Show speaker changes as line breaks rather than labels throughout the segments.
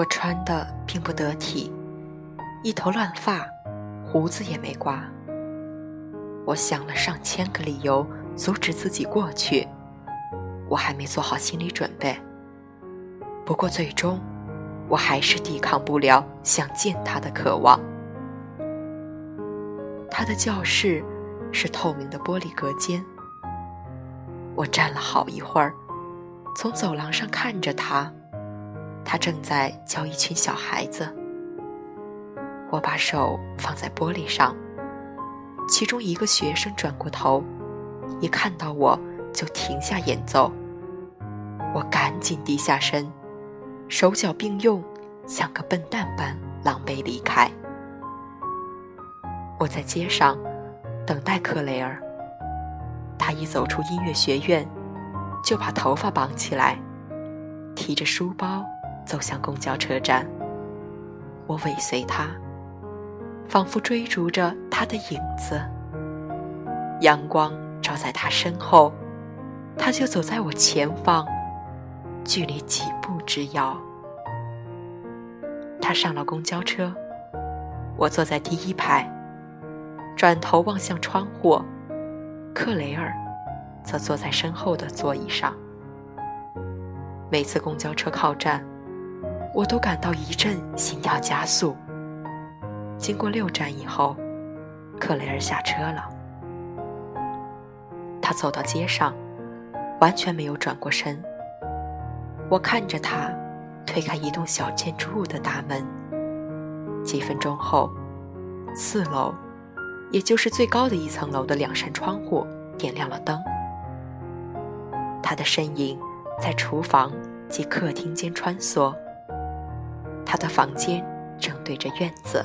我穿的并不得体，一头乱发，胡子也没刮。我想了上千个理由阻止自己过去，我还没做好心理准备。不过最终我还是抵抗不了想见他的渴望。他的教室是透明的玻璃隔间，我站了好一会儿，从走廊上看着他，他正在教一群小孩子。我把手放在玻璃上，其中一个学生转过头，一看到我就停下演奏。我赶紧低下身，手脚并用，像个笨蛋般狼狈离开。我在街上等待克雷尔，他一走出音乐学院，就把头发绑起来，提着书包走向公交车站。我尾随他，仿佛追逐着他的影子。阳光照在他身后，他就走在我前方，距离几步之遥。他上了公交车，我坐在第一排，转头望向窗户，克雷尔则坐在身后的座椅上。每次公交车靠站，我都感到一阵心跳加速。经过6站以后，克雷尔下车了。他走到街上，完全没有转过身。我看着他推开一栋小建筑物的大门。几分钟后，4楼，也就是最高的1层楼的2扇窗户点亮了灯。他的身影在厨房及客厅间穿梭，他的房间正对着院子。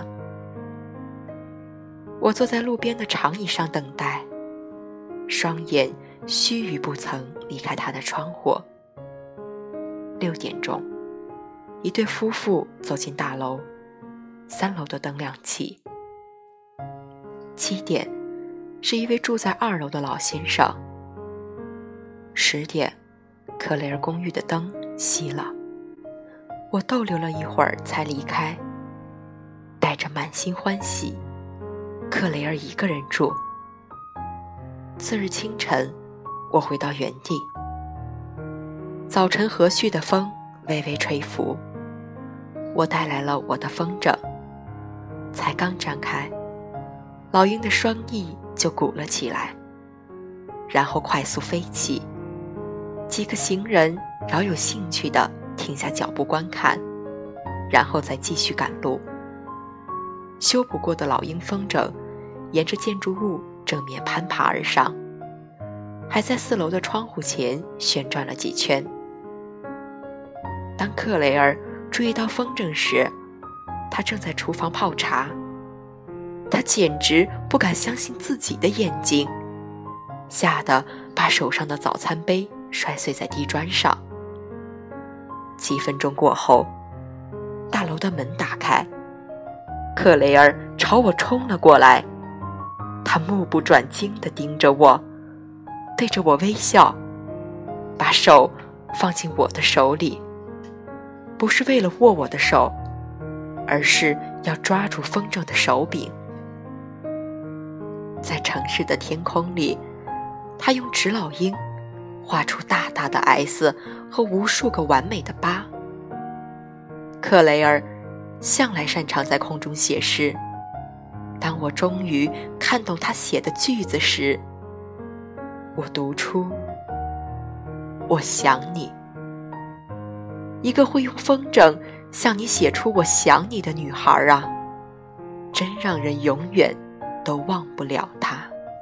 我坐在路边的长椅上等待，双眼须臾不曾离开他的窗户。6点钟，一对夫妇走进大楼，3楼的灯亮起。7点，是一位住在2楼的老先生。10点，克雷尔公寓的灯熄了。我逗留了一会儿才离开，带着满心欢喜。克雷尔一个人住。次日清晨，我回到原地。早晨和煦的风微微吹拂，我带来了我的风筝，才刚展开，老鹰的双翼就鼓了起来，然后快速飞起。几个行人饶有兴趣地停下脚步观看，然后再继续赶路。修补过的老鹰风筝沿着建筑物正面攀爬而上，还在4楼的窗户前旋转了几圈。当克雷尔注意到风筝时，他正在厨房泡茶。他简直不敢相信自己的眼睛，吓得把手上的早餐杯摔碎在地砖上。几分钟过后，大楼的门打开，克雷尔朝我冲了过来。他目不转睛地盯着我，对着我微笑，把手放进我的手里，不是为了握我的手，而是要抓住风筝的手柄。在城市的天空里，他用纸老鹰画出大大的 S 和无数个完美的疤。克雷尔向来擅长在空中写诗，当我终于看懂他写的句子时，我读出：我想你。一个会用风筝向你写出我想你的女孩啊，真让人永远都忘不了她。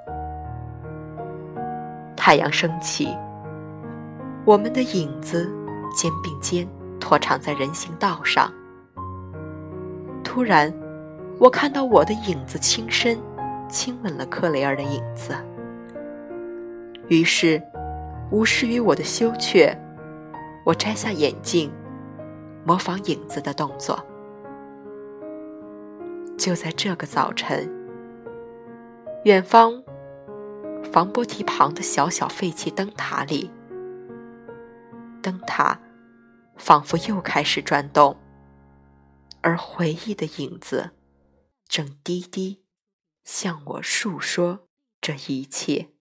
太阳升起，我们的影子肩并肩拖长在人行道上。突然，我看到我的影子轻身亲吻了克雷尔的影子。于是，无视于我的羞怯，我摘下眼镜，模仿影子的动作。就在这个早晨，远方防波堤旁的小小废弃灯塔里，灯塔仿佛又开始转动， 而回忆的影子正低低向我述说这一切。